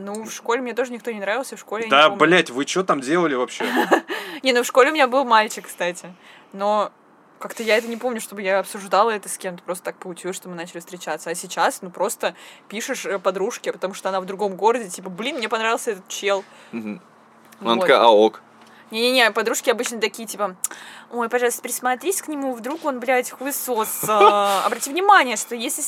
Ну, в школе мне тоже никто не нравился, в школе я Да, не помню. блять, вы что там делали вообще? Не, ну в школе у меня был мальчик, кстати. Но как-то я это не помню, чтобы я обсуждала это с кем-то. Просто так получилось, что мы начали встречаться. А сейчас, ну, просто пишешь подружке, потому что она в другом городе, типа, блин, мне понравился этот чел. Она Вот. такая, ок. Не-не-не, подружки обычно такие, типа, ой, пожалуйста, присмотрись к нему, вдруг он, блядь, хуесос. Обрати внимание, что если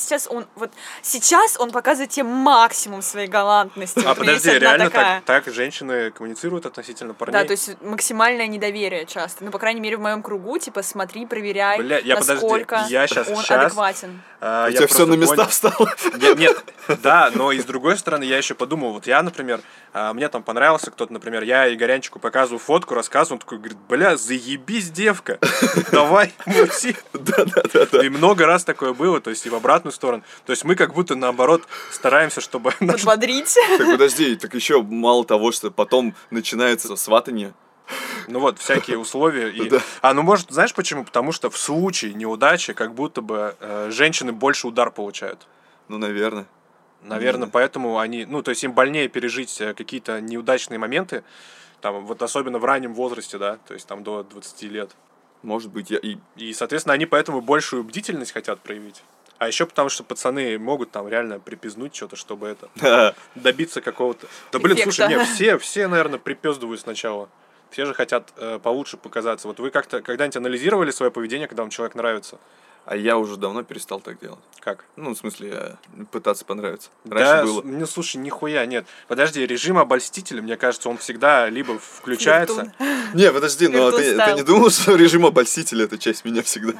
сейчас он показывает тебе максимум своей галантности. А Вот у меня есть подожди, одна реально такая. так женщины коммуницируют относительно парней? Да, то есть максимальное недоверие часто. Ну, по крайней мере, в моем кругу, типа, смотри, проверяй, Бля, насколько он адекватен. У тебя все на места встало? Нет, да, но и с другой стороны, я еще подумал, вот я, например, мне там понравился кто-то, например, я Игорянчику показываю фотку, рассказываю, он такой говорит, бля, заебись, девка, давай, мути. Да. И много раз такое было, то есть и в обратную сторону. То есть мы как будто наоборот стараемся, чтобы... Подбодрить. Так подожди, так еще мало того, что потом начинается сватание. Ну вот, всякие условия. Да. Ну может, знаешь почему? Потому что в случае неудачи как будто бы женщины больше удар получают. Ну, наверное. Наверное, поэтому они, ну, то есть им больнее пережить какие-то неудачные моменты, там, вот особенно в раннем возрасте, да, то есть там до 20 лет. Может быть, И, соответственно, они поэтому большую бдительность хотят проявить. А еще потому, что пацаны могут там реально припизнуть что-то, чтобы добиться какого-то... Да, блин, эффекта. слушай, все, наверное, припездывают сначала. Все же хотят получше показаться. Вот вы как-то когда-нибудь анализировали свое поведение, когда вам человек нравится? А я уже давно перестал так делать. Как? Ну, в смысле, пытаться понравиться. Да, Раньше было. ну слушай, нихуя нет. Подожди, режим обольстителя, мне кажется, он всегда либо включается... Не, подожди, но Виртун ты стайл. не думал, что режим обольстителя — это часть меня всегда?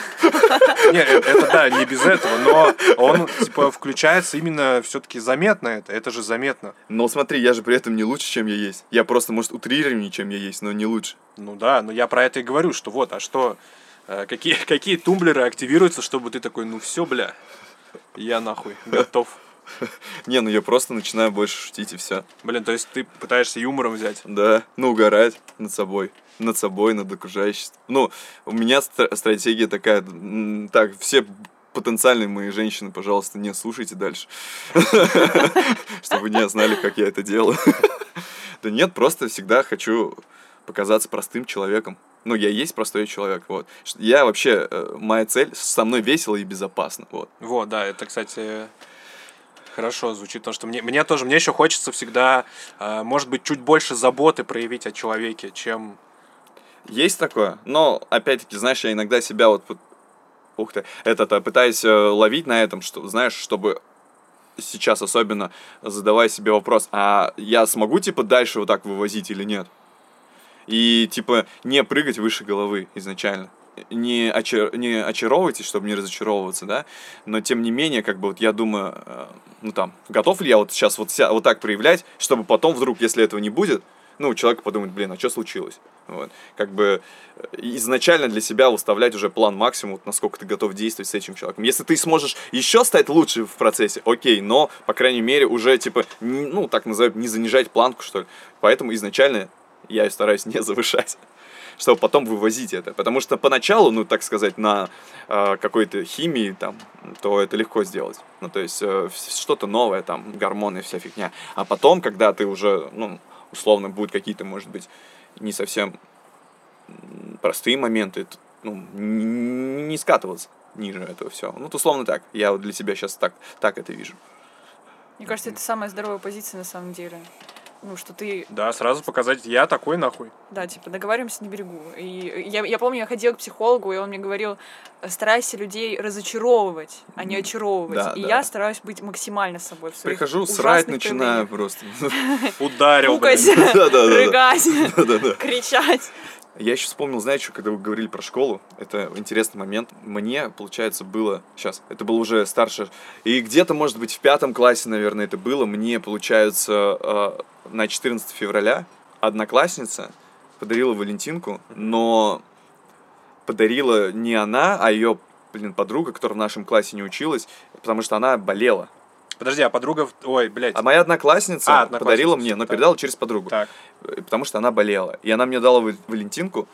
Не, это да, не без этого, но он, типа, включается именно все-таки заметно это же заметно. Но смотри, я же при этом не лучше, чем я есть. Я просто, может, утрированнее, чем я есть, но не лучше. Ну да, но я про это и говорю, что вот, а что... Какие тумблеры активируются, чтобы ты такой, ну все, бля, я нахуй готов. Не, ну я просто начинаю больше шутить и все. Блин, то есть ты пытаешься юмором взять? Да, ну угорать над собой, над окружающим. Ну, у меня стратегия такая, так, все потенциальные мои женщины, пожалуйста, не слушайте дальше, чтобы не знали, как я это делаю. Да нет, просто всегда хочу показаться простым человеком. Ну, я есть простой человек, вот. Я вообще, моя цель, со мной весело и безопасно, вот. Вот, да, это, кстати, хорошо звучит, потому что мне еще хочется всегда, может быть, чуть больше заботы проявить о человеке, чем... Есть такое, но, опять-таки, знаешь, я иногда себя вот, ух ты, пытаюсь ловить на этом, что, знаешь, чтобы сейчас особенно задавая себе вопрос, а я смогу, типа, дальше вот так вывозить или нет? И, типа, не прыгать выше головы изначально. Не очаровывайтесь, чтобы не разочаровываться, да? Но, тем не менее, как бы, вот я думаю, ну, там, готов ли я вот сейчас вот так проявлять, чтобы потом вдруг, если этого не будет, ну, человек подумает, блин, а что случилось? Вот. Как бы изначально для себя выставлять уже план максимум, вот, насколько ты готов действовать с этим человеком. Если ты сможешь еще стать лучше в процессе, окей, но, по крайней мере, уже, типа, ну, так назовем, не занижать планку, что ли. Поэтому изначально я стараюсь не завышать, чтобы потом вывозить это. Потому что поначалу, ну, так сказать, на какой-то химии, там, то это легко сделать. Ну, то есть, что-то новое, там, гормоны, вся фигня. А потом, когда ты уже, ну, условно, будут какие-то, может быть, не совсем простые моменты, ну, не скатываться ниже этого всего. Ну, то условно так. Я вот для себя сейчас так это вижу. Мне кажется, это самая здоровая позиция на самом деле. Ну, что ты... Да, сразу показать, я такой нахуй. Да, типа, договариваемся на берегу. И я помню, я ходила к психологу, и он мне говорил, старайся людей разочаровывать, а не очаровывать. Да, и да. я стараюсь быть максимально собой в своих Прихожу, ужасных срать начинаю проявлениях. просто. Ударил, блин. Пукать, Да-да-да. рыгать, кричать. Я еще вспомнил, знаете, что, когда вы говорили про школу, это интересный момент. Мне, получается, было... Сейчас, это было уже старше. И где-то, может быть, в 5 классе, наверное, это было. Мне, получается, на 14 февраля одноклассница подарила Валентинку, но подарила не она, а ее, подруга, которая в нашем классе не училась, потому что она болела. Подожди, а подруга... Ой, блядь. А моя одноклассница подарила мне, но так. передала через подругу. Так. Потому что она болела. И она мне дала Валентинку.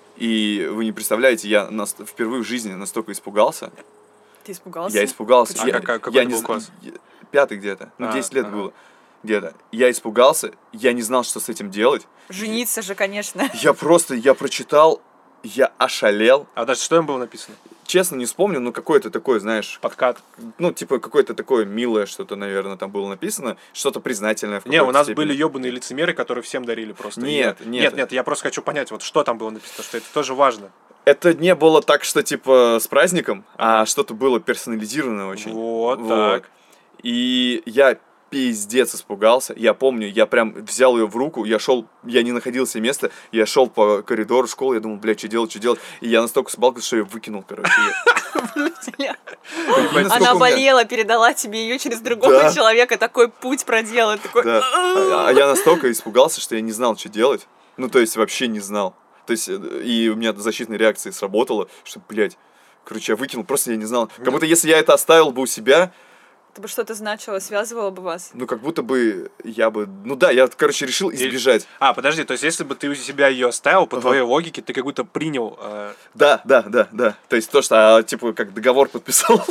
И вы не представляете, я впервые в жизни настолько испугался. Ты испугался? Я испугался. А какой это был класс? 5 где-то. Ну, 10 лет было. где-то. Я испугался, я не знал, что с этим делать. Жениться же, конечно. Я прочитал, я ошалел. А даже что там было написано? Честно, не вспомню, но какое-то такое, знаешь, Подкат. ну, типа, какое-то такое милое что-то, наверное, там было написано, что-то признательное в Не, у какой-то нас степени. были ёбаные лицемеры, которые всем дарили просто. Нет, Нет, я просто хочу понять, вот что там было написано, что это тоже важно. Это не было так, что, типа, с праздником, а что-то было персонализированное очень. Вот так. И я пиздец испугался. Я помню, я прям взял ее в руку, я не находил себе места, я шел по коридору школы, я думал, блядь, что делать. И я настолько испугался, что я выкинул, короче, ее. Она болела, передала тебе ее через другого человека, такой путь проделал, такой... Да. А я настолько испугался, что я не знал, что делать. Ну, то есть, вообще не знал. То есть, и у меня защитная реакция сработала, что, блядь, короче, я выкинул, просто я не знал. Как будто если я это оставил бы у себя... Это бы что-то значило, связывало бы вас. Ну, как будто бы я бы... Ну да, я, короче, решил избежать. Подожди, то есть, если бы ты у себя ее оставил, по твоей логике, ты как будто принял... Да. То есть, то, что, типа, как договор подписал.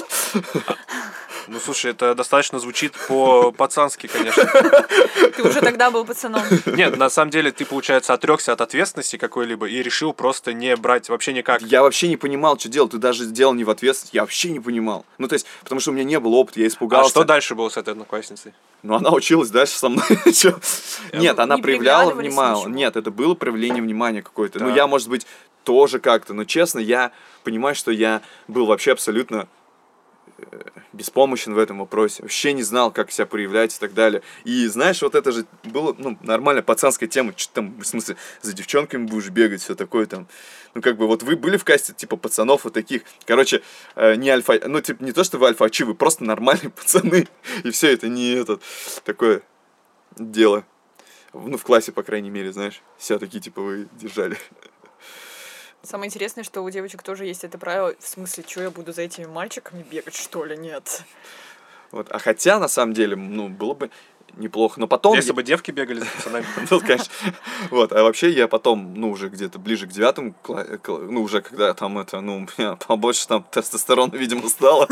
Ну, слушай, это достаточно звучит по-пацански, конечно. Ты уже тогда был пацаном. Нет, на самом деле, ты, получается, отрекся от ответственности какой-либо и решил просто не брать вообще никак. Я вообще не понимал, что делать. Ты даже делал не в ответственность. Я вообще не понимал. Ну, то есть, потому что у меня не было опыта, я испугался. А что дальше было с этой одноклассницей? Ну, она училась дальше со мной. Нет, она проявляла внимание. Нет, это было проявление внимания какое-то. Ну, я, может быть, тоже как-то. Но, честно, я понимаю, что я был вообще абсолютно беспомощен в этом вопросе. Вообще не знал, как себя проявлять и так далее. И знаешь, вот это же было, ну, нормальная пацанская тема. Что там, в смысле, за девчонками будешь бегать, все такое там. Ну, как бы, вот вы были в касте, типа, пацанов вот таких. Короче, не альфа... Ну, типа, не то, что вы альфа-ачи, вы просто нормальные пацаны. И все это не этот... Такое дело. Ну, в классе, по крайней мере, знаешь. Все такие, типа, вы держали. Самое интересное, что у девочек тоже есть это правило. В смысле, что я буду за этими мальчиками бегать, что ли? Нет. Вот. А хотя, на самом деле, ну, было бы неплохо. Но потом... Если бы девки бегали за пацанами. Ну, конечно. Вот. А вообще я потом, ну, уже где-то ближе к 9 классу, ну, уже когда там это, ну, у меня побольше там тестостерона, видимо, стало.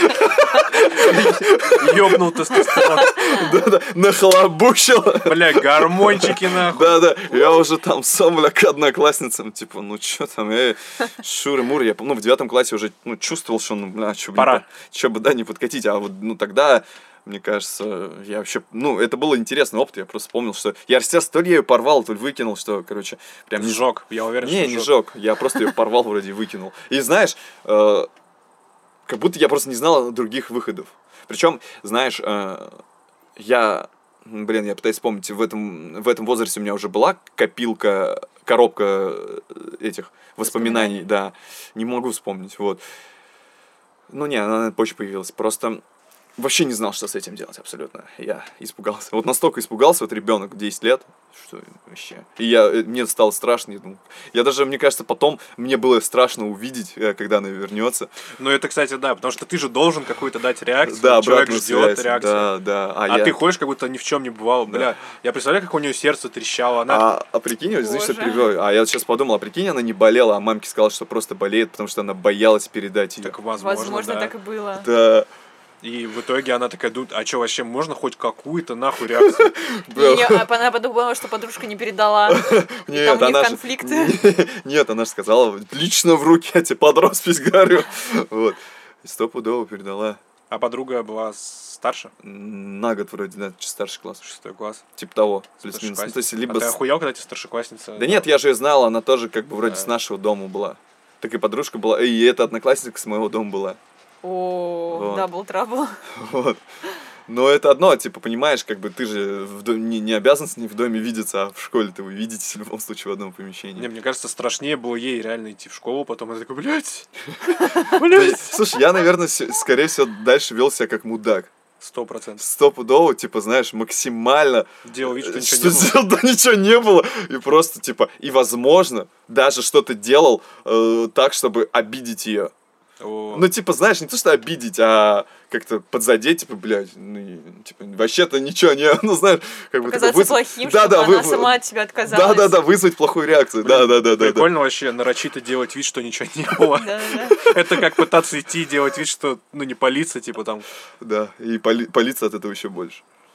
Ёбнул тестостерон. Да-да, нахлобучил. Бля, гормончики нахуй. Да-да, я уже там сам, бля, к одноклассницам, типа, ну, чё там, шуры-мур. Я, ну, в 9 классе уже, ну, чувствовал, что, ну, бля, чё бы, да, не подкатить. А вот, ну, тогда... Мне кажется, я вообще... Ну, это был интересный опыт, я просто вспомнил, что... Я, естественно, то ли я ее порвал, то ли выкинул, что, короче... Прям не сжёг, я уверен, что не сжёг. Я просто ее порвал вроде и выкинул. И знаешь, как будто я просто не знал других выходов. Причем, знаешь, я пытаюсь вспомнить, в этом возрасте у меня уже была коробка этих воспоминаний, да. Не могу вспомнить, вот. Ну, не, она позже появилась, просто... Вообще не знал, что с этим делать абсолютно. Я испугался. Вот настолько испугался, вот ребенок 10 лет, что вообще. И мне стало страшно. Я даже, мне кажется, потом мне было страшно увидеть, когда она вернется. Ну это, кстати, да, потому что ты же должен какую-то дать реакцию. Да, человек ждет реакцию. Да. А ты ходишь, как будто ни в чем не бывало. Да. Бля, я представляю, как у нее сердце трещало. Она... А прикинь, знаешь, что привел? А я сейчас подумал, прикинь, она не болела, а мамке сказала, что просто болеет, потому что она боялась передать ее. Так возможно, так и было. Да. И в итоге она такая думает, а что, вообще можно хоть какую-то нахуй реакцию? Она подумала, что подружка не передала. Нет, там у них конфликты. Нет, она же сказала, лично в руки я тебе под роспись говорю. Вот. Стопудово передала. А подруга была старше? На год вроде, да, старший класс. 6 класс. Типа того, плюс-минус. Ну, то есть, либо... А ты охуел, когда тебе старшеклассница? Да нет, я же ее знал, она тоже как бы вроде с нашего дома была. Так и подружка была, и эта одноклассница с моего дома была. О, дабл-трабл. Вот. Но это одно, типа, понимаешь, как бы ты же не обязан с ней в доме видеться, а в школе-то вы видитесь в любом случае в одном помещении. Не, мне кажется, страшнее было ей реально идти в школу, потом она такой, блядь. Слушай, я, наверное, скорее всего, дальше вел себя как мудак. 100%. Стопудово, типа, знаешь, максимально... Делал вид, что ничего не было. Да ничего не было. И просто, типа, и возможно, даже что-то делал так, чтобы обидеть ее. Ну, типа, знаешь, не то, что обидеть, а как-то подзадеть, типа, блядь, ну, типа, вообще-то ничего не, ну, знаешь, как бы... Показаться плохим, чтобы она сама от тебя отказалась. Да-да-да, вызвать плохую реакцию, да-да-да. Прикольно вообще нарочито делать вид, что ничего не было. Это как пытаться идти и делать вид, что, ну, не палиться, типа, там. Да, и палиться от этого еще больше.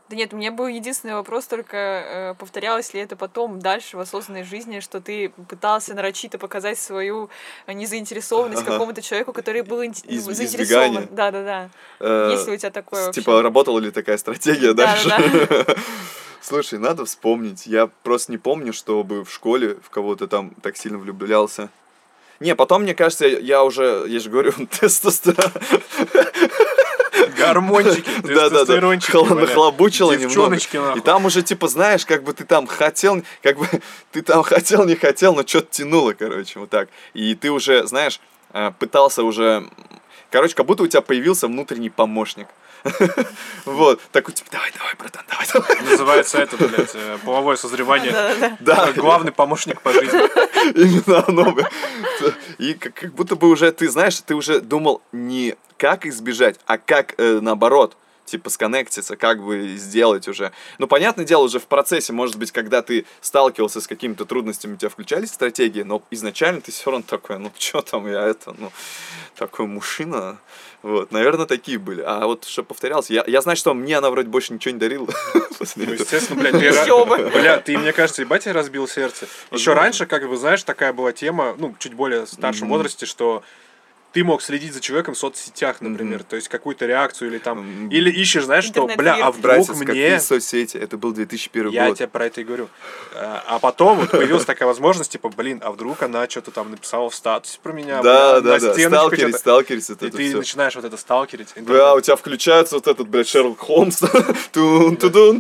Да нет, у меня был единственный вопрос только, повторялось ли это потом, дальше в осознанной жизни, что ты пытался нарочито показать свою незаинтересованность какому-то человеку, который был заинтересован. Да-да-да. Есть ли у тебя такое вообще? Типа, работала ли такая стратегия дальше? Да-да-да. Слушай, надо вспомнить. Я просто не помню, чтобы в школе в кого-то там так сильно влюблялся. Не, потом, мне кажется, я же говорю, тестостерон. Гормончики, тестостерончики. Нахлобучило немного. Девчоночки, нахуй. И там уже, типа, знаешь, как бы ты там хотел, не хотел, но что-то тянуло, короче, вот так. И ты уже, знаешь, пытался уже... Короче, как будто у тебя появился внутренний помощник. Вот, такой, типа, давай, братан, давай. Называется это, блядь, половое созревание. Да. Главный помощник по жизни. Именно оно. И как будто бы уже, ты знаешь, ты уже думал не как избежать, а как наоборот. Типа сконнектиться, как бы сделать уже. Ну, понятное дело, уже в процессе, может быть, когда ты сталкивался с какими-то трудностями, у тебя включались стратегии, но изначально ты все равно такой, ну, что там я такой мужчина. Вот, наверное, такие были. А вот что повторялось, я знаю, что мне она вроде больше ничего не дарила. Ну, естественно, блядь, ты, мне кажется, ебать, я разбил сердце. Еще раньше, как бы, знаешь, такая была тема, ну, чуть более старшем возрасте, что ты мог следить за человеком в соцсетях, например, то есть какую-то реакцию или там, или ищешь, знаешь, что, бля, а вдруг Братец, мне... какие соцсети? Это был 2001 год. Я тебе про это и говорю. А потом вот появилась такая возможность, типа, блин, а вдруг она что-то там написала в статусе про меня, да, на стеночке сталкерить это и ты все. начинаешь вот это сталкерить. Бля, у тебя включается вот этот, блядь, Шерлок Холмс. Ну,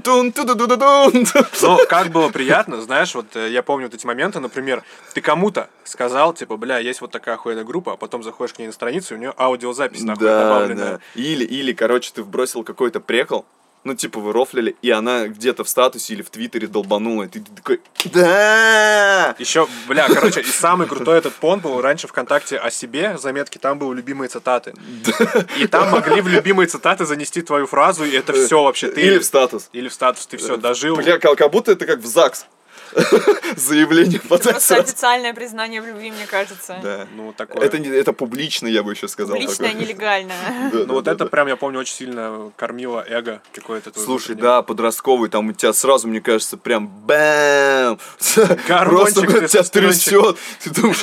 как было приятно, знаешь, вот я помню вот эти моменты, например, ты кому-то сказал, типа, бля, есть вот такая охуенная группа, а потом заходишь к ней на страницу, и у нее аудиозапись нахуй добавленная. Да. Или, короче, ты вбросил какой-то прикол, ну, типа, вы рофлили, и она где-то в статусе или в Твиттере долбанула, и ты такой, да! Еще, бля, короче, и самый крутой этот понт был раньше ВКонтакте о себе, заметки, там были любимые цитаты. И там могли в любимые цитаты занести твою фразу, и это все вообще ты... Или в статус. Или в статус, ты все дожил. Бля, как будто это как в ЗАГС. Заявление Это просто подписать. официальное признание в любви, мне кажется. Да. Ну, такое. Это публично, я бы еще сказал. Публичное, нелегальное. Ну, вот это прям, я помню, очень сильно кормило эго какое-то. Слушай, да, подростковый, там у тебя сразу, мне кажется, прям бэм! Просто тебя трясет. Ты думаешь,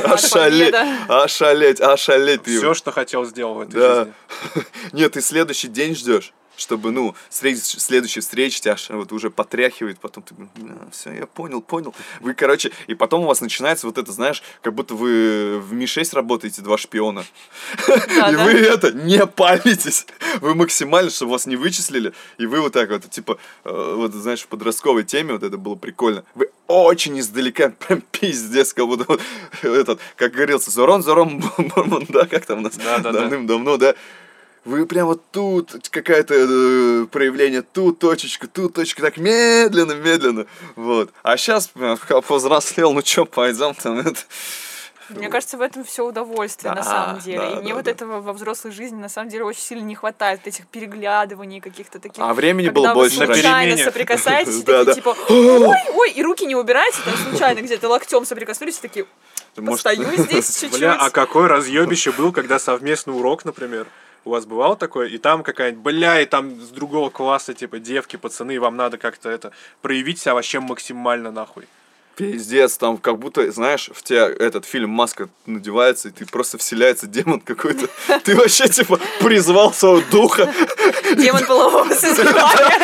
ошалеть. Все, что хотел, сделал в этой жизни. Нет, ты следующий день ждешь, чтобы, ну, следующей встречи тебя вот уже потряхивает, потом ты, все, я понял. Вы, короче, и потом у вас начинается вот это, знаешь, как будто вы в Ми-6 работаете, два шпиона. И вы не палитесь. Вы максимально, чтобы вас не вычислили, и вы вот так вот, типа, вот, знаешь, в подростковой теме вот это было прикольно. Вы очень издалека, прям пиздец, как будто вот этот, как говорился, Зорон, Борман, да, как там у нас давным-давно, да. Вы прям вот тут какое-то проявление, тут точечка, так медленно, вот. А сейчас повзрослел, ну чё, пойдем там это... Мне кажется, в этом все удовольствие на самом деле. И мне вот этого во взрослой жизни на самом деле очень сильно не хватает, этих переглядываний, каких-то таких. А времени было больше. Когда вы случайно соприкасаетесь, такие типа, ой, и руки не убирайте, там случайно где-то локтем соприкоснулись, такие, постою здесь чуть-чуть. Бля, а какое разъебище был, когда совместный урок, например, у вас бывало такое, и там какая-нибудь, бля, и там с другого класса, типа, девки, пацаны, и вам надо как-то это проявить себя вообще максимально нахуй. Пиздец, там как будто, знаешь, в тебя этот фильм «Маска» надевается, и ты просто вселяется демон какой-то. Ты вообще, типа, призвал своего духа. Демон полового созревания.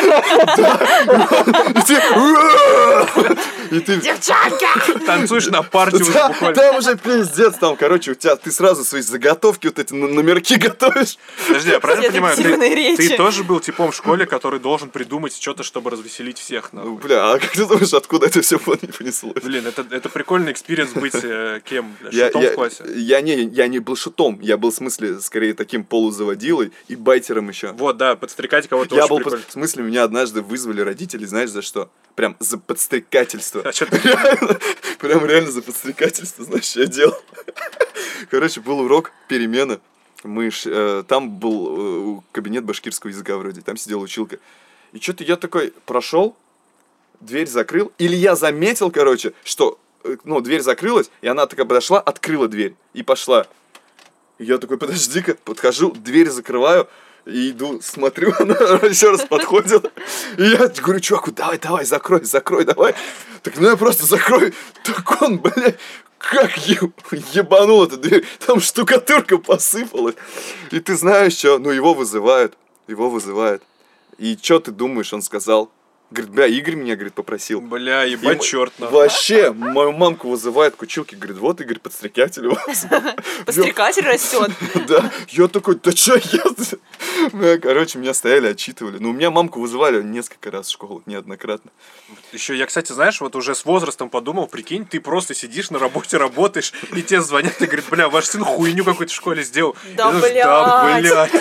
И ты... Девчонка! Танцуешь на партию уже буквально. Там уже пиздец, там, короче, у тебя, ты сразу свои заготовки, вот эти номерки готовишь. Подожди, я правильно понимаю, ты ты тоже был типом в школе, который должен придумать что-то, чтобы развеселить всех, ну, бля, а как ты думаешь, откуда это все понеслось? Блин, это прикольный экспириенс быть кем? Шутом в классе? Я не был шутом, я был, в смысле, скорее таким полузаводилой и байтером еще. Вот, да, подстрекать кого-то я очень был, прикольно. В смысле, меня однажды вызвали родители, знаешь, за что? Прям за подстрекательство. А что ты? Прям реально за подстрекательство, знаешь, что я делал? Короче, был урок, перемена. Там был кабинет башкирского языка вроде, там сидела училка. И что-то я такой прошел, дверь закрыл, или я заметил, короче, что, ну, дверь закрылась, и она такая подошла, открыла дверь и пошла. И я такой, подожди-ка, подхожу, дверь закрываю, И иду, смотрю, она еще раз подходит. И я говорю, чуваку, давай, закрой, давай. Так, ну я просто закрою. Так он, блядь, как ебанул эту дверь. Там штукатурка посыпалась. И ты знаешь, что? Ну, его вызывают. И что ты думаешь, он сказал? Говорит, бля, Игорь меня, говорит, попросил. Бля, ебать, черт на. Вообще, мою мамку вызывает к училке, говорит, вот, Игорь, подстрекатель у вас. Подстрекатель растет. Да, я такой, да что я? Короче, меня стояли, отчитывали. Ну, у меня мамку вызывали несколько раз в школу, неоднократно. Еще я, кстати, знаешь, вот уже с возрастом подумал, прикинь, ты просто сидишь на работе, работаешь, и тебе звонят и говорят, бля, ваш сын хуйню какую-то в школе сделал. Да, блядь.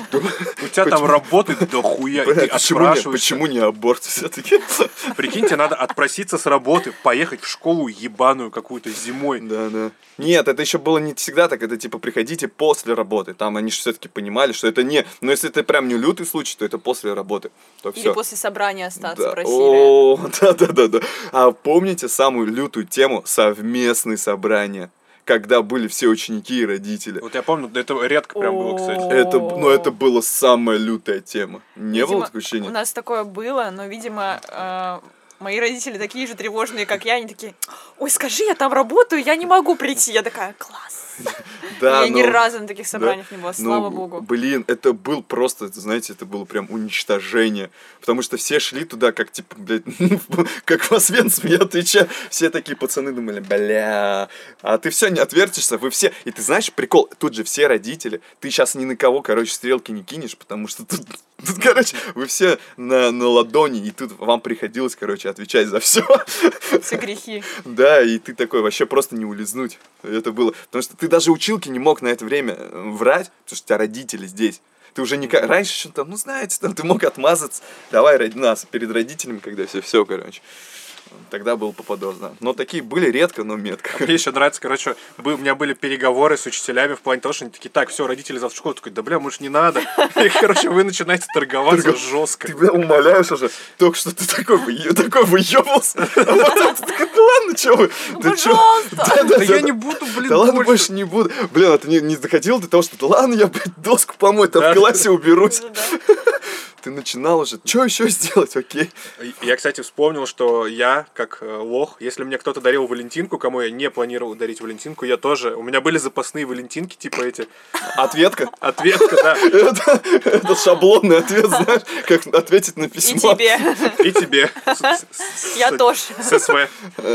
У тебя там работает до хуя, и ты отспрашиваешься. Почему не аборт все-таки? Прикиньте, надо отпроситься с работы, поехать в школу ебаную какую-то зимой. Да. Нет, это еще было не всегда так, это типа приходите после работы. Там они же все-таки понимали, что это не... Но если это прям не лютый случай, то это после работы. То Или все. после собрания остаться Да. просили. О, да. А помните самую лютую тему совместные собрания? Когда были все ученики и родители. Вот я помню, это редко прям было, кстати. Это была самая лютая тема. Не было Видимо, такого ощущения? У нас такое было, но, видимо, мои родители такие же тревожные, как я. Они такие, ой, скажи, я там работаю, я не могу прийти. Я такая, класс. Да, Я ни разу на таких собраниях не была, слава богу. Блин, это был просто, знаете, это было прям уничтожение. Потому что все шли туда, как типа, блядь, как в Освенциме, я отвечаю. Все такие пацаны думали, бля. А ты все не отвертишься, вы все. И ты знаешь, прикол, тут же все родители. Ты сейчас ни на кого, короче, стрелки не кинешь, потому что тут короче, вы все на ладони, и тут вам приходилось, короче, отвечать за все. Все грехи. Да, и ты такой вообще просто не улизнуть. Это было. Потому что ты даже училке не мог на это время врать, потому что у тебя родители здесь. Ты уже не... Раньше что-то там, ну знаете, там ты мог отмазаться. Давай нас перед родителями, когда все, короче. Тогда был попадос, да. Но такие были редко, но метко. Мне еще нравится, короче, у меня были переговоры с учителями в плане того, что они такие, так, все, родители завтра в школу. Такой, да бля, может не надо. И, короче, вы начинаете торговаться жестко. Ты, бля, умоляешь уже. Только что ты такой выебался. А потом ты такой, да ладно, что вы? Пожалуйста. Да я не буду, блин, Да ладно, больше не буду. Блин, а ты не доходил до того, что да ладно, я, блядь, доску помою, там в классе уберусь. Ты начинал уже, что еще сделать, окей? Я, кстати, вспомнил, что я, как лох, если мне кто-то дарил валентинку, кому я не планировал дарить валентинку, я тоже, у меня были запасные валентинки, типа эти. Ответка? Ответка, да. Это шаблонный ответ, знаешь, как ответить на письмо. И тебе. И тебе. Я тоже. С СВ.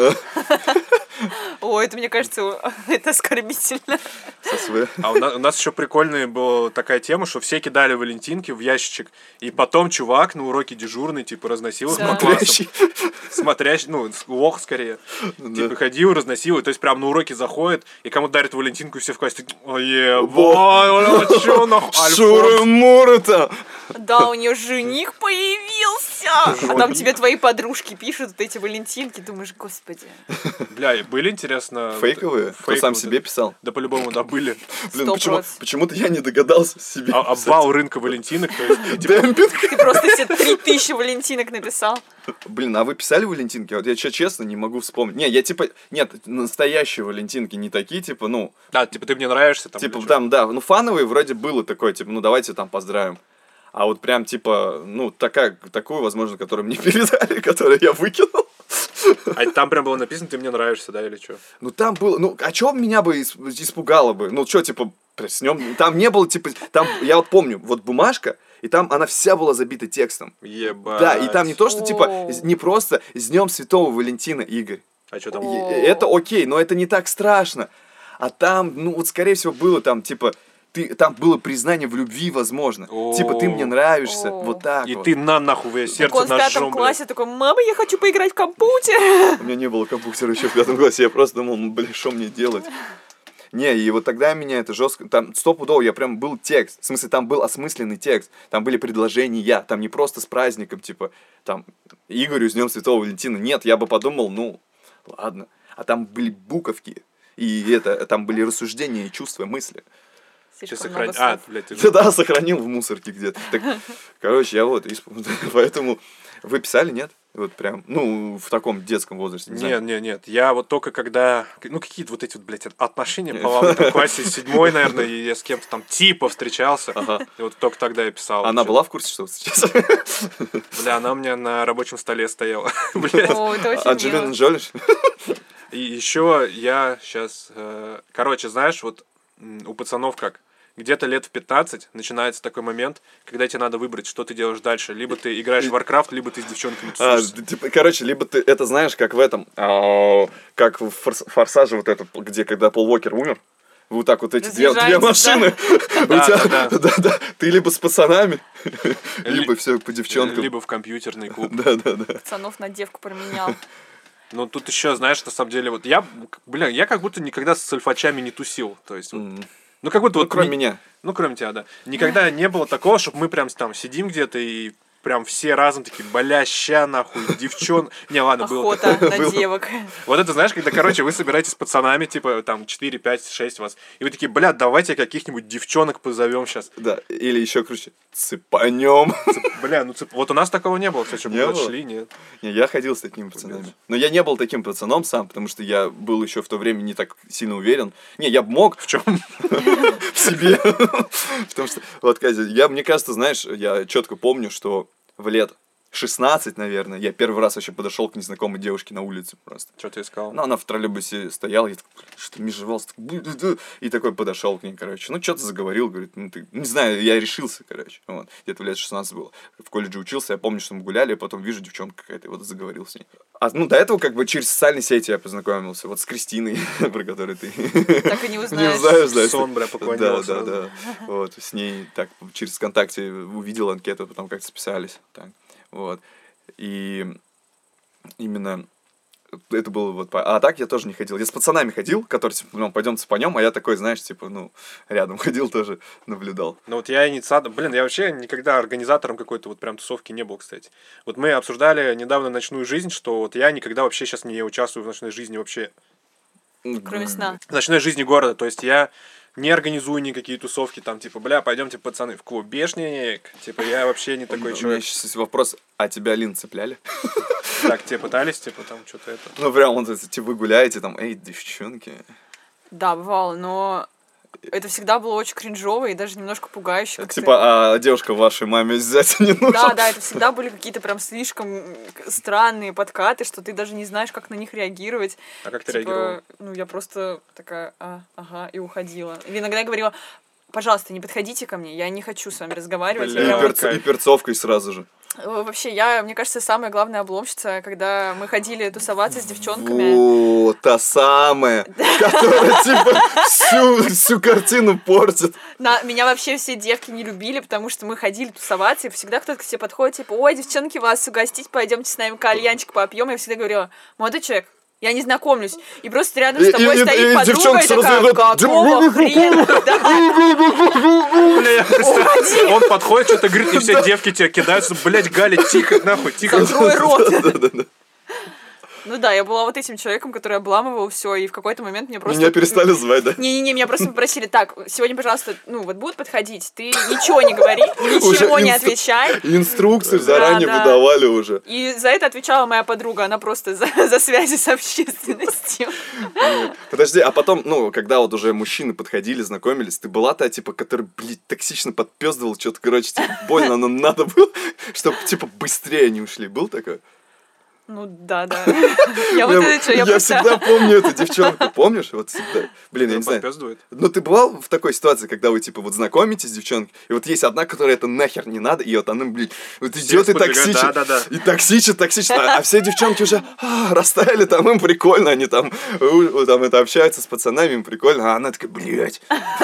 Ой, это, мне кажется, это оскорбительно. Со СВ. А у нас еще прикольная была такая тема, что все кидали валентинки в ящичек, и потом чувак на уроке дежурный, типа, разносил их по классам. Смотрящий, ну, лох скорее. Типа, ходил, разносил, и то есть прям на уроке заходит, и кому дарит валентинку, и все в классе такие, ой, ебать, чё нахуй, Шуры-муры-то. Да, у нее жених появился. А там тебе твои подружки пишут вот эти валентинки, думаешь, господи. Бля, были, интересно... Фейковые? Кто сам себе писал? Да по-любому, да, были. Блин, почему-то я не догадался себе Обвал рынка валентинок, то есть... Демпинг. Ты просто себе 3000 валентинок написал. Блин, а вы писали валентинки? Вот я честно не могу вспомнить. Не, я типа... Нет, настоящие валентинки, не такие, типа, ну... Да, типа, ты мне нравишься, там... Типа, там, да, ну, фановые вроде было такое, типа, ну, давайте там поздравим. А вот прям, типа, ну, такую, возможно, которую мне передали, которую я выкинул. А там прям было написано, ты мне нравишься, да, или что? Ну, там было... Ну, а чё меня бы испугало бы? Ну, чё, типа, с ним... Там не было, типа... Там, я вот помню, вот бумажка, и там она вся была забита текстом. Ебать. Да, и там не то, что, типа, не просто «С днем Святого Валентина, Игорь». А что там? Это окей, но это не так страшно. А там, ну, вот, скорее всего, было там, типа... Там было признание в любви, возможно. Типа, ты мне нравишься, вот так И вот. ты нахуй сердце Так он в 5 ножом, классе такой, мама, я хочу поиграть в компьютер. У меня не было компьютера еще в 5 классе, я просто думал, ну, блин, что мне делать? Не, и вот тогда меня это жестко... Там стопудово, я прям был текст. В смысле, там был осмысленный текст. Там были предложения. Там не просто с праздником, типа, там, Игорю с Днем Святого Валентина. Нет, я бы подумал, ну, ладно. А там были буковки. И там были рассуждения, чувства, мысли. Да, сохранил в мусорке где-то. Так, короче, я вот... Поэтому... Вы писали, нет? Вот прям, ну, в таком детском возрасте. Не знаю. Нет. Я вот только когда... Ну, какие-то вот эти вот, блядь, отношения половые, там, в классе 7-й, наверное, и я с кем-то там типа встречался. Ага. И вот только тогда я писал. Она была в курсе, что вы сейчас? Бля, она у меня на рабочем столе стояла. Блядь. О, это очень Анджелина мило. Джоли? И еще я сейчас... Короче, знаешь, вот у пацанов как... Где-то лет в 15 начинается такой момент, когда тебе надо выбрать, что ты делаешь дальше. Либо ты играешь в Warcraft, либо ты с девчонками тусуешься. Типа, короче, либо ты, это знаешь, как в этом, как в Форсаже вот этот, где когда Пол Уокер умер, вот так вот эти две Разъезжаетесь, машины. Да. Да. Ты либо с пацанами, либо все по девчонкам. Либо в компьютерный клуб. Да. Пацанов на девку променял. Ну, тут еще, знаешь, на самом деле, вот я как будто никогда с альфачами не тусил. То есть, вот, ну, как будто Ну, вот... кроме меня. Ну, кроме тебя, да. Никогда не было такого, чтобы мы прям там сидим где-то и прям все разом такие, бля, ща нахуй, девчон... Не, ладно, было. Охота на девок. Вот это, знаешь, когда, короче, вы собираетесь с пацанами, типа, там, 4, 5, 6 вас, и вы такие, бля, давайте каких-нибудь девчонок позовем сейчас. Да, или еще круче, цепанем. Бля, ну, вот у нас такого не было, кстати, чтобы Не мы было? шли, нет. Не, я ходил с такими пацанами. Но я не был таким пацаном сам, потому что я был еще в то время не так сильно уверен. Не, я бы мог. В чем? В себе. Потому что, вот, Казя, мне кажется, знаешь, я четко помню, что в лет 16, наверное, я первый раз вообще подошел к незнакомой девушке на улице просто. Что ты искал? Ну, она в троллейбусе стояла, я такой, что межевался, и такой подошел к ней, короче. Ну, что-то заговорил, говорит, ну, ты, не знаю, я решился, короче. Вот. Где-то в лет 16 было. В колледже учился, я помню, что мы гуляли, а потом вижу девчонка какая-то, и вот заговорил с ней. Ну, до этого, как бы, через социальные сети я познакомился, вот с Кристиной, про которую ты... Так и не узнаешь. Не узнаешь, да. Сон, бля, поклонился. Да. Вот, с ней так через ВКонтакте увидел анкету, потом как-то списались. Так, вот. И именно это было вот... А так я тоже не ходил. Я с пацанами ходил, которые, типа, ну, пойдем цепанем, а я такой, знаешь, типа, ну, рядом ходил тоже, наблюдал. Ну вот я инициатор... Блин, я вообще никогда организатором какой-то вот прям тусовки не был, кстати. Вот мы обсуждали недавно ночную жизнь, что вот я никогда вообще сейчас не участвую в ночной жизни вообще. Кроме сна. В ночной жизни города. То есть я не организую никакие тусовки, там, типа, бля, пойдемте, пацаны, в клубешник. Типа, я вообще не такой У меня человек. сейчас есть вопрос, а тебя, Лин, цепляли? Так, те пытались, типа, там, что-то это... Ну, прям, вот, типа, вы гуляете, там, эй, девчонки. Да, бывало, но это всегда было очень кринжово и даже немножко пугающе. как-то. Типа, а девушка вашей маме взять не нужно? Да, это всегда были какие-то прям слишком странные подкаты, что ты даже не знаешь, как на них реагировать. А как ты Типа, реагировал? ну, я просто такая, ага, и уходила. Или иногда я говорила, пожалуйста, не подходите ко мне, я не хочу с вами разговаривать. Бля, Я прям кайф. И перцовкой сразу же. Вообще, мне кажется, самая главная обломщица, когда мы ходили тусоваться с девчонками. Вот, та самая, которая, типа, всю картину портит. Меня вообще все девки не любили, потому что мы ходили тусоваться, и всегда кто-то к тебе подходит, типа, ой, девчонки, вас угостить, пойдемте с нами кальянчик попьем. Я всегда говорила, молодой человек, я не знакомлюсь. И просто рядом с тобой стоит подруга и такая, какого хрена? Да. Бля, я представляю, он подходит, что-то говорит, и все девки тебя кидаются. Блять, Галя, тихо, нахуй, тихо. Закрой рот. Ну да, я была вот этим человеком, который обламывал все, и в какой-то момент мне просто... Меня перестали звать, да? Не-не-не, меня просто попросили, так, сегодня, пожалуйста, ну вот будут подходить, ты ничего не говори, ничего не отвечай. Инструкции заранее Да. выдавали уже. И за это отвечала моя подруга, она просто за связи с общественностью. Подожди, а потом, ну, когда вот уже мужчины подходили, знакомились, ты была та, типа, которая, блядь, токсично подпёздывала, что-то, короче, типа, больно, но надо было, чтобы, типа, быстрее они ушли. Был такой? Ну да. Я вот это что, Я всегда помню эту девчонку, помнишь? Вот всегда. Блин, я не знаю. Подпёздывает. Ну, ты бывал в такой ситуации, когда вы, типа, вот знакомитесь с девчонкой, и вот есть одна, которая это нахер не надо, и вот она, блин, вот идет и токсичит, Да. и токсичит, а все девчонки уже растаяли, там им прикольно, они там это общаются с пацанами, им прикольно, а она такая, блядь.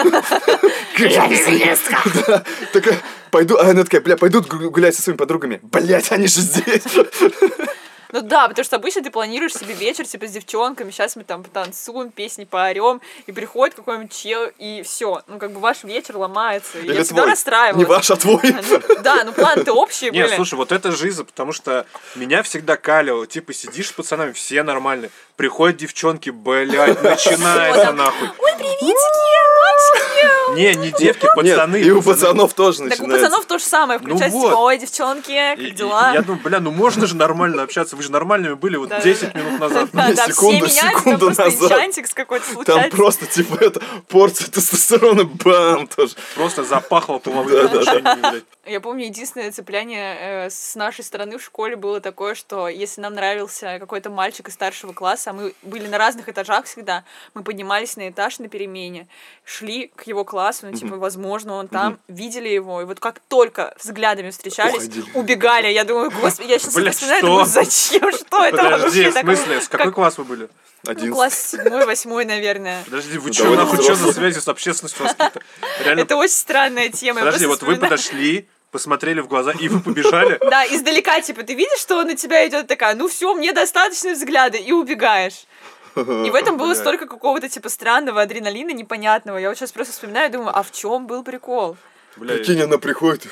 Я веселистка. Такая, пойду, а она такая, бля, пойдут гулять со своими подругами, блядь, они же здесь. Ну да, потому что обычно ты планируешь себе вечер, типа, с девчонками, сейчас мы там потанцуем, песни поорем, и приходит какой-нибудь чел, и все. Ну, как бы ваш вечер ломается. И я всегда расстраивалась. Не ваш, а твой. Да, ну планы-то общие были. Не, слушай, вот это жиза, потому что меня всегда калило, типа, сидишь с пацанами, все нормальные, приходят девчонки, блядь, начинается нахуй. Ой, приветики, мальчики, Не девки, Нет, пацаны. и у пацанов тоже Так у начинается. пацанов то же самое, включается, вот. типа, ой, девчонки, как дела? Я думаю, бля, ну можно же нормально общаться, вы же нормальными были вот Да. 10 минут назад. Да, да, секунду все меняются, там просто назад. энчантикс какой-то Там случается. просто, типа, это, порция тестостерона, бам, тоже. Просто запахло половым отношениями, блядь. Я помню, единственное цепляние с нашей стороны в школе было такое, что если нам нравился какой-то мальчик из старшего класса, а мы были на разных этажах всегда, мы поднимались на этаж на перемене, шли к его классу, ну, типа, возможно, он там, видели его, и вот как только взглядами встречались, Уходили. убегали. Я думаю, господи, я сейчас Блядь, вспоминаю, что? думаю, зачем, что это Подожди, вообще в такое? смысле, с какой класс вы были? Ну, 11. класс 7-8, наверное. Подожди, вы Ну, что, довольно нахуй, что за взрослый. связи с общественностью у вас какие-то? Реально, Это очень странная тема. я подожди, вот просто вы вспоминаю. подошли, посмотрели в глаза, и вы побежали? Да, издалека, типа, ты видишь, что он на тебя идет такая, ну все, мне достаточно взгляда, и убегаешь. И в этом было Блядь. столько какого-то, типа, странного адреналина, непонятного. Я вот сейчас просто вспоминаю и думаю, а в чем был прикол? Бля, Прикинь, она приходит,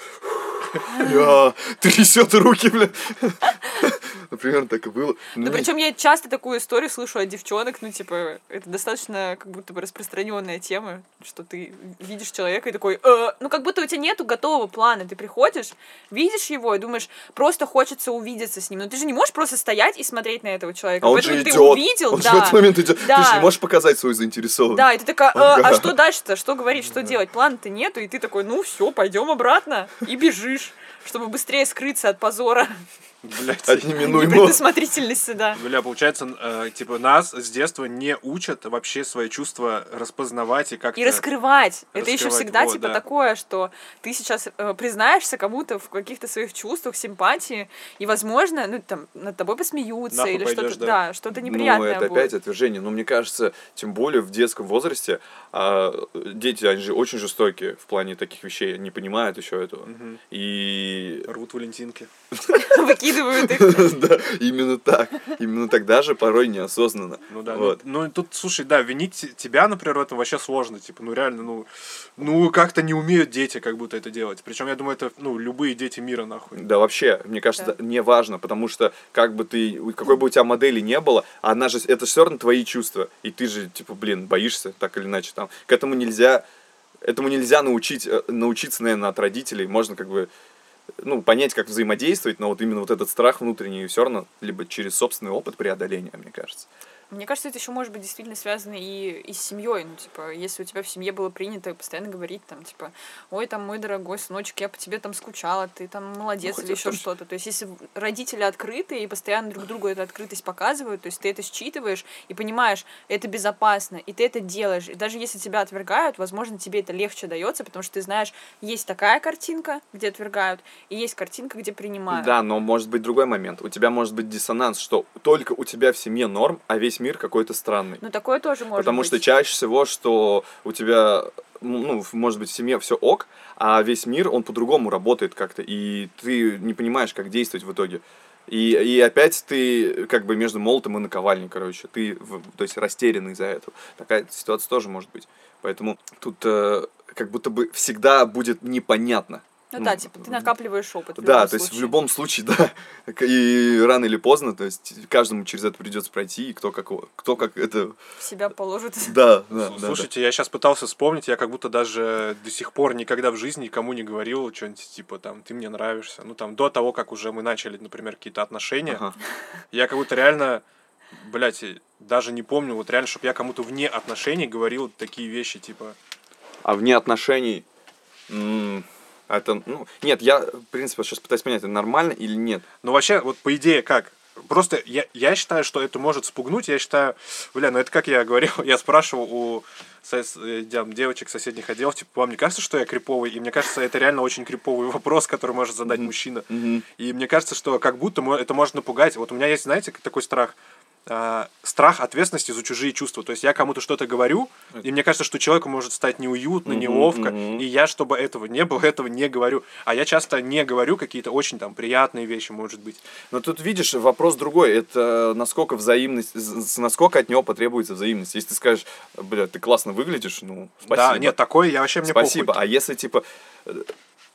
трясет руки, бля. Например, так и было. Ну, причем я часто такую историю слышу от девчонок, ну, типа, это достаточно как будто бы распространенная тема, что ты видишь человека и такой, ну, как будто у тебя нету готового плана, ты приходишь, видишь его и думаешь, просто хочется увидеться с ним, но ты же не можешь просто стоять и смотреть на этого человека, А он поэтому же ты идет. увидел, Он же в этот момент идет. Ты Да. же не можешь показать свою заинтересованность. Да, и ты такая, Ага. а что дальше-то, что говорить, что делать, плана-то нету, и ты такой, ну, все, пойдем обратно, и бежишь, чтобы быстрее скрыться от позора блядь. От и неминуемого. предусмотрительности, да. Бля, получается, типа, нас с детства не учат вообще свои чувства распознавать и как-то... И раскрывать. Это еще Раскрывать, всегда вот, типа да. такое, что ты сейчас признаешься кому-то в каких-то своих чувствах, симпатии, и, возможно, ну, там, над тобой посмеются, Нахуй или пойдёшь, что-то, да. да, что-то Ну, неприятное это будет. опять отвержение. Но мне кажется, тем более в детском возрасте дети, они же очень жестокие в плане таких вещей, не понимают еще этого. И Рвут валентинки. Выкидывают их. да, именно так. Именно так, даже порой неосознанно. Ну да, Вот. ну тут, слушай, да, винить тебя, например, в этом вообще сложно, типа, ну реально, ну как-то не умеют дети как будто это делать. Причем я думаю, это, ну, любые дети мира, нахуй. Да вообще, мне кажется, не важно, потому что как бы ты, какой бы у тебя модели не было, она же, это все равно твои чувства. И ты же, типа, блин, боишься так или иначе. Там, этому нельзя научиться, наверное, от родителей. Можно как бы, ну, понять, как взаимодействовать, но вот именно вот этот страх внутренний все равно либо через собственный опыт преодоления, мне кажется. Мне кажется, это еще может быть действительно связано и с семьей. Ну, типа, если у тебя в семье было принято постоянно говорить, там, типа, ой, там, мой дорогой сыночек, я по тебе там скучала, ты там молодец, Ну, или хотя еще там- что-то. То есть, если родители открыты и постоянно друг другу эту открытость показывают, то есть ты это считываешь и понимаешь, это безопасно, и ты это делаешь. И даже если тебя отвергают, возможно, тебе это легче дается, потому что ты знаешь, есть такая картинка, где отвергают, и есть картинка, где принимают. Да, но может быть другой момент. У тебя может быть диссонанс, что только у тебя в семье норм, а весь мир какой-то странный. Ну, такое тоже может Потому быть. что чаще всего, что у тебя, ну, может быть, в семье все ок, а весь мир, он по-другому работает как-то, и ты не понимаешь, как действовать в итоге. И опять ты как бы между молотом и наковальней, короче. Ты, то есть, растерянный из-за этого. Такая ситуация тоже может быть. Поэтому тут как будто бы всегда будет непонятно. Ну да, типа, ты накапливаешь опыт. в Да, любом то есть в случае. любом случае, да. И рано или поздно, то есть каждому через это придется пройти, и кто как это... В себя положит. Да, да, да. Слушайте, я сейчас пытался вспомнить, я как будто даже до сих пор никогда в жизни никому не говорил что-нибудь типа там ты мне нравишься. Ну там до того, как уже мы начали, например, какие-то отношения, Ага. я как будто реально, блядь, даже не помню, вот реально, чтобы я кому-то вне отношений говорил такие вещи, типа. А вне отношений... Это, ну, нет, я, в принципе, сейчас пытаюсь понять, это нормально или нет. Ну вообще, вот по идее как? Просто я считаю, что это может спугнуть. Я считаю, бля, ну это как я говорил, я спрашивал у девочек соседних отделов, типа, вам не кажется, что я криповый? И мне кажется, это реально очень криповый вопрос, который может задать мужчина. И мне кажется, что как будто это может напугать. Вот у меня есть, знаете, такой страх. Страх ответственности за чужие чувства. То есть я кому-то что-то говорю, и мне кажется, что человеку может стать неуютно, неловко, и я, чтобы этого не было, этого не говорю. А я часто не говорю какие-то очень там приятные вещи, может быть. Но тут, видишь, вопрос другой. Это насколько взаимность, насколько от него потребуется взаимность. Если ты скажешь, бля, ты классно выглядишь, ну, спасибо. Да, нет, такое я вообще мне Спасибо. похуй. А если, типа,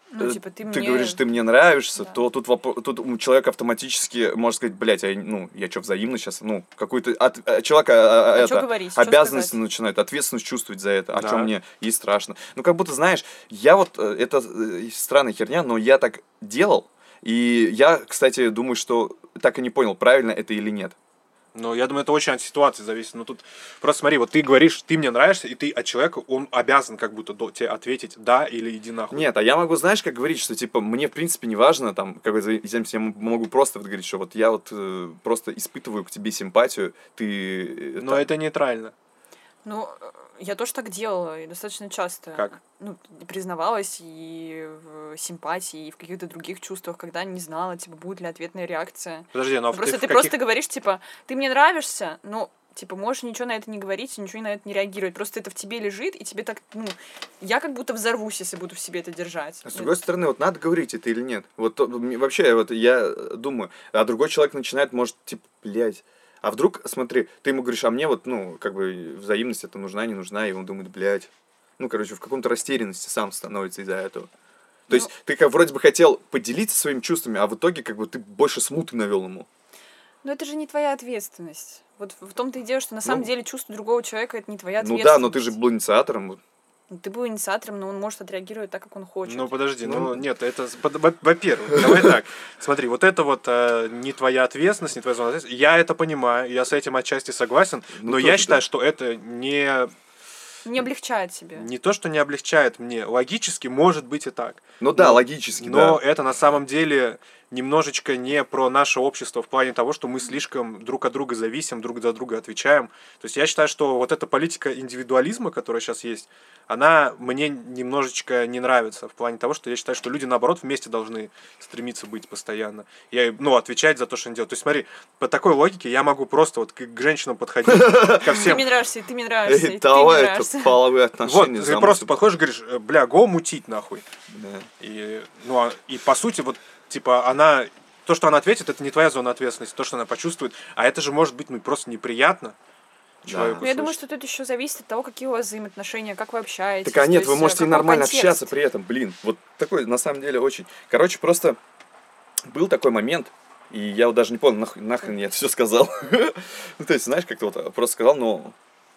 Ну, типа, ты мне... говоришь, ты мне нравишься, Да. то тут человек автоматически может сказать, блядь, я что, взаимно сейчас? Ну, какой-то... человек чё говорить, чё обязанности сказать? начинает, ответственность чувствовать за это, о Да. чем мне и страшно. Ну, как будто, знаешь, я вот, это странная херня, но я так делал, и я, кстати, думаю, что так и не понял, правильно это или нет. Ну, я думаю, это очень от ситуации зависит. Но тут просто смотри, вот ты говоришь, ты мне нравишься, и ты от человека, он обязан как будто тебе ответить да или иди нахуй. Нет, а я могу, знаешь, как говорить, что, типа, мне, в принципе, не важно, там, какой зависимости, я могу просто вот говорить, что вот я вот просто испытываю к тебе симпатию, ты... Но это нейтрально. Ну, я тоже так делала, и достаточно часто. Как? Ну, признавалась и в симпатии, и в каких-то других чувствах, когда не знала, типа, будет ли ответная реакция. Подожди, но Ну, просто ты просто говоришь, типа, ты мне нравишься, но, типа, можешь ничего на это не говорить, ничего на это не реагировать. Просто это в тебе лежит, и тебе так, ну, я как будто взорвусь, если буду в себе это держать. А с другой стороны, вот надо говорить это или нет. Вот вообще, вот я думаю, а другой человек начинает, может, типа, блядь, а вдруг, смотри, ты ему говоришь, а мне вот, ну, как бы взаимность это нужна, не нужна, и он думает, блядь. Ну, короче, в каком-то растерянности сам становится из-за этого. То есть ты как вроде бы хотел поделиться своими чувствами, а в итоге как бы ты больше смуты навел ему. Но это же не твоя ответственность. Вот в том-то и дело, что на самом деле чувство другого человека это не твоя Ну ответственность. да, но ты же был инициатором. Ты был инициатором, но он может отреагировать так, как он хочет. Ну, подожди, нет, это, во-первых, давай так, смотри, вот это вот не твоя ответственность, не твоя зона ответственности, я это понимаю, я с этим отчасти согласен, но я считаю, что это Не облегчает себе. не то, что не облегчает мне, логически может быть и так. Ну да, логически, Но да. это на самом деле немножечко не про наше общество в плане того, что мы слишком друг от друга зависим, друг за друга отвечаем. То есть я считаю, что вот эта политика индивидуализма, которая сейчас есть, она мне немножечко не нравится в плане того, что я считаю, что люди, наоборот, вместе должны стремиться быть постоянно. Отвечать за то, что они делают. То есть смотри, по такой логике я могу просто вот к женщинам подходить, ко Ты всем. мне нравишься, и ты мне нравишься, и ты Давай, мне это нравишься. половые Вот, отношения. ты просто подходишь и говоришь, бля, го мутить нахуй. Да. И по сути, вот, типа, то, что она ответит, это не твоя зона ответственности, то, что она почувствует, а это же может быть, просто неприятно человеку. Ну, я думаю, слышать. что тут еще зависит от того, какие у вас взаимоотношения, как вы общаетесь. Так, а нет, то вы есть, можете и какой нормально контекст. общаться при этом, блин. Вот такой, на самом деле, очень... Короче, просто был такой момент, и я вот даже не понял, нахрен я это все сказал. Ну, то есть, знаешь, как-то вот просто сказал, но...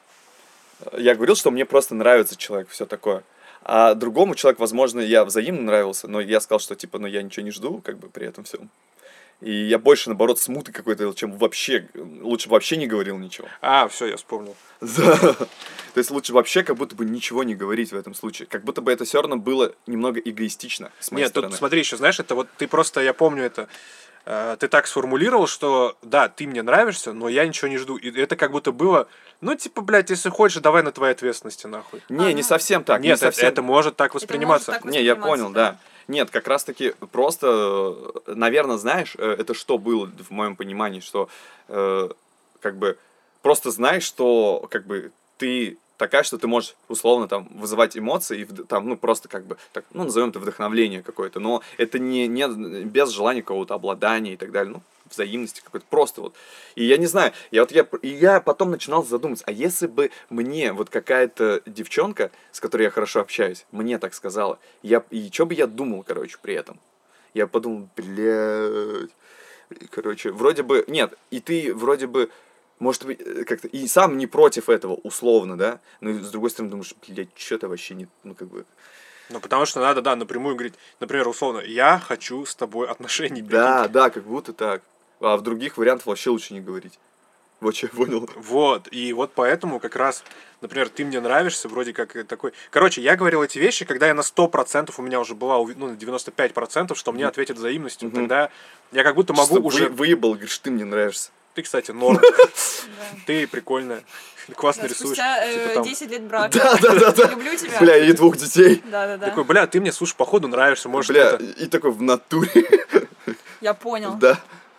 Я говорил, что мне просто нравится человек, все такое. А другому человеку, возможно, я взаимно нравился, но я сказал, что, типа, я ничего не жду, как бы, при этом всем. И я больше, наоборот, смуты какой-то, чем вообще... Лучше вообще не говорил ничего. Все, я вспомнил. Да. То есть лучше вообще как будто бы ничего не говорить в этом случае. Как будто бы это все равно было немного эгоистично с моей Нет, стороны. тут смотри еще, знаешь, это вот ты просто, я помню это, ты так сформулировал, что да, ты мне нравишься, но я ничего не жду. И это как будто было, блядь, если хочешь, давай на твоей ответственности, нахуй. Не совсем так. Нет, не совсем... это может так восприниматься. так Не, я восприниматься, понял, да. Нет, как раз-таки просто, наверное, знаешь, это что было в моем понимании, что как бы просто знаешь, что как бы ты такая, что ты можешь условно там вызывать эмоции и там, просто как бы, так, назовем это вдохновление какое-то, но это не без желания какого-то обладания и так далее, взаимности какой-то, просто вот. И я не знаю, я потом начинал задумываться, а если бы мне вот какая-то девчонка, с которой я хорошо общаюсь, мне так сказала, и что бы я думал, короче, при этом? Я подумал, блядь, короче, вроде бы, нет, и ты вроде бы, может быть, как-то, и сам не против этого, условно, да, но с другой стороны думаешь, блядь, что-то вообще не, как бы... Потому что надо, да, напрямую говорить, например, условно, я хочу с тобой отношений. Да, как будто так. А в других вариантах вообще лучше не говорить. Вот что я понял. Вот, и вот поэтому как раз, например, ты мне нравишься, вроде как такой... Короче, я говорил эти вещи, когда я на 100% у меня уже была, на 95%, что мне ответят взаимностью, тогда я как будто могу уже... Выебал, говоришь, ты мне нравишься. Ты, кстати, норм. Ты прикольная. Классно рисуешь. Спустя 10 лет брака. Да. Люблю тебя. Бля, и 2 детей. Да. Такой, ты мне, слушай, походу нравишься, может, Бля, это... и такой в натуре. Я понял. Да.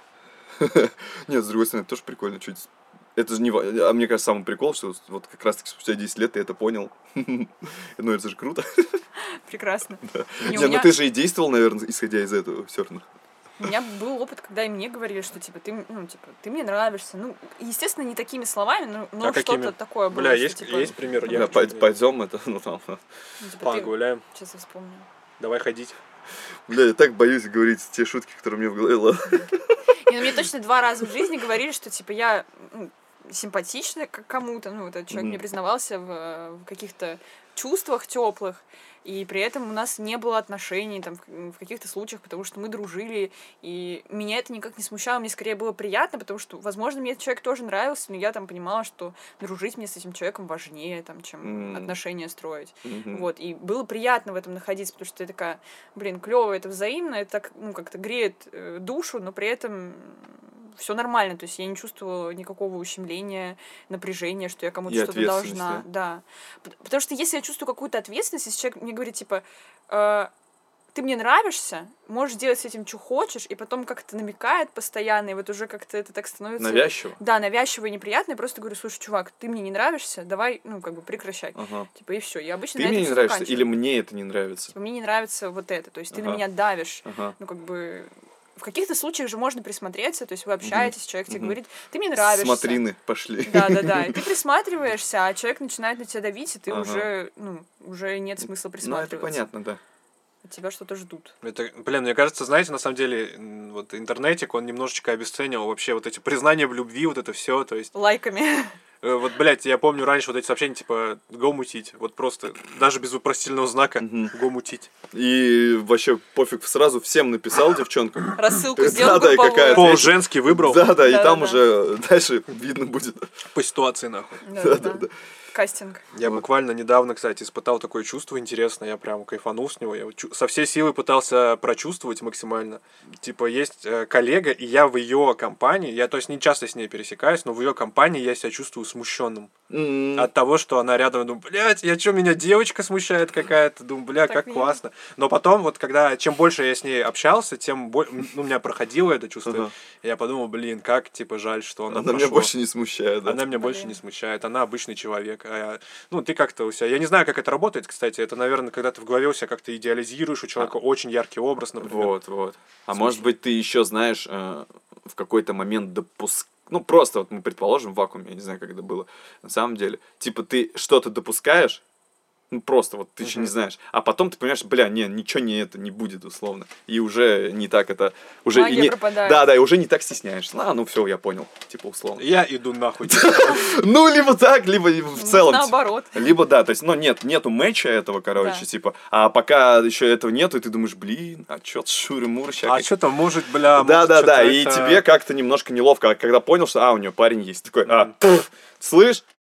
Нет, с другой стороны, это тоже прикольно. Чуть... Это же не... А мне кажется, самый прикол, что вот как раз-таки спустя 10 лет ты это понял. Ну, это же круто. Прекрасно. Не, ты же и действовал, наверное, исходя из этого все равно. У меня был опыт, когда и мне говорили, что, ты мне нравишься. Естественно, не такими словами, но что-то такое было. Бля, есть пример? Пойдем, это, там. Погуляем. Сейчас я вспомню. Давай ходить. Бля, я так боюсь говорить те шутки, которые мне в голове. Ладно. И мне точно 2 раза в жизни говорили, что, типа, я симпатична кому-то, ну, этот человек мне признавался в каких-то чувствах теплых, и при этом у нас не было отношений там в каких-то случаях, потому что мы дружили, и меня это никак не смущало, мне скорее было приятно, потому что, возможно, мне этот человек тоже нравился, но я там понимала, что дружить мне с этим человеком важнее, там, чем отношения строить. Вот, и было приятно в этом находиться, потому что я такая, блин, клево, это взаимно, это так, ну, как-то греет душу, но при этом все нормально, то есть я не чувствовала никакого ущемления, напряжения, что я кому-то что-то должна. Да. Потому что если я чувствую какую-то ответственность, если человек мне говорит, типа, ты мне нравишься, можешь делать с этим, что хочешь, и потом как-то намекает постоянно, и вот уже как-то это так становится... Навязчиво? Да, навязчиво и неприятно, я просто говорю, слушай, чувак, ты мне не нравишься, давай, ну, как бы прекращай. Типа, и все. Я обычно ты на мне этом не нравишься, или мне это не нравится? Типа, мне не нравится вот это, то есть ты на меня давишь, ну, как бы... В каких-то случаях же можно присмотреться, то есть вы общаетесь, человек тебе говорит, ты мне нравишься. Смотрины пошли. Да, и ты присматриваешься, а человек начинает на тебя давить, и ты уже нет смысла присматриваться. Ну, это понятно, да. От тебя что-то ждут. Это, блин, мне кажется, знаете, на самом деле, вот интернетик, он немножечко обесценил вообще вот эти признания в любви, вот это все, то есть... Лайками. Вот, блядь, я помню раньше вот эти сообщения, типа, го мутить. Вот просто, даже без вопросительного знака, го мутить. И вообще пофиг, сразу всем написал девчонкам. Рассылку сделал какая-то. Пол женский выбрал. Да, и там уже дальше видно будет. По ситуации, нахуй. Да. Кастинг. Я буквально недавно, кстати, испытал такое чувство интересное, я прям кайфанул с него. Я со всей силы пытался прочувствовать максимально. Типа, есть коллега, и я в ее компании, я, то есть, не часто с ней пересекаюсь, но в ее компании я себя чувствую смущенным. От того, что она рядом, я думаю, блядь, меня девочка смущает какая-то, думаю, бля, как классно. Но потом, вот, когда, чем больше я с ней общался, тем больше, у меня проходило это чувство, и я подумал, блин, как, типа, жаль, что она меня больше не смущает, да? Она меня больше не смущает, она обычный человек. Ты как-то у себя... Я не знаю, как это работает, кстати. Это, наверное, когда ты в голове у себя как-то идеализируешь, у человека очень яркий образ, например. Вот. А может быть, ты еще знаешь, в какой-то момент Ну, просто вот мы предположим в вакууме, я не знаю, как это было. На самом деле, типа, ты что-то допускаешь, ну, просто вот ты еще не знаешь. А потом ты понимаешь, ничего не будет, условно. И уже не так это... Уже магия пропадает. Да, и уже не так стесняешься. Ну все, я понял. Типа, условно. Я иду нахуй. Ну, либо так, либо в целом. Наоборот. Либо да, то есть, нету матча этого, короче, типа. А пока еще этого нету, и ты думаешь, блин, а чё-то шуры-муры. А что там, может, бля... Да, и тебе как-то немножко неловко. А когда понял, что, у нее парень есть. Такой, слышь,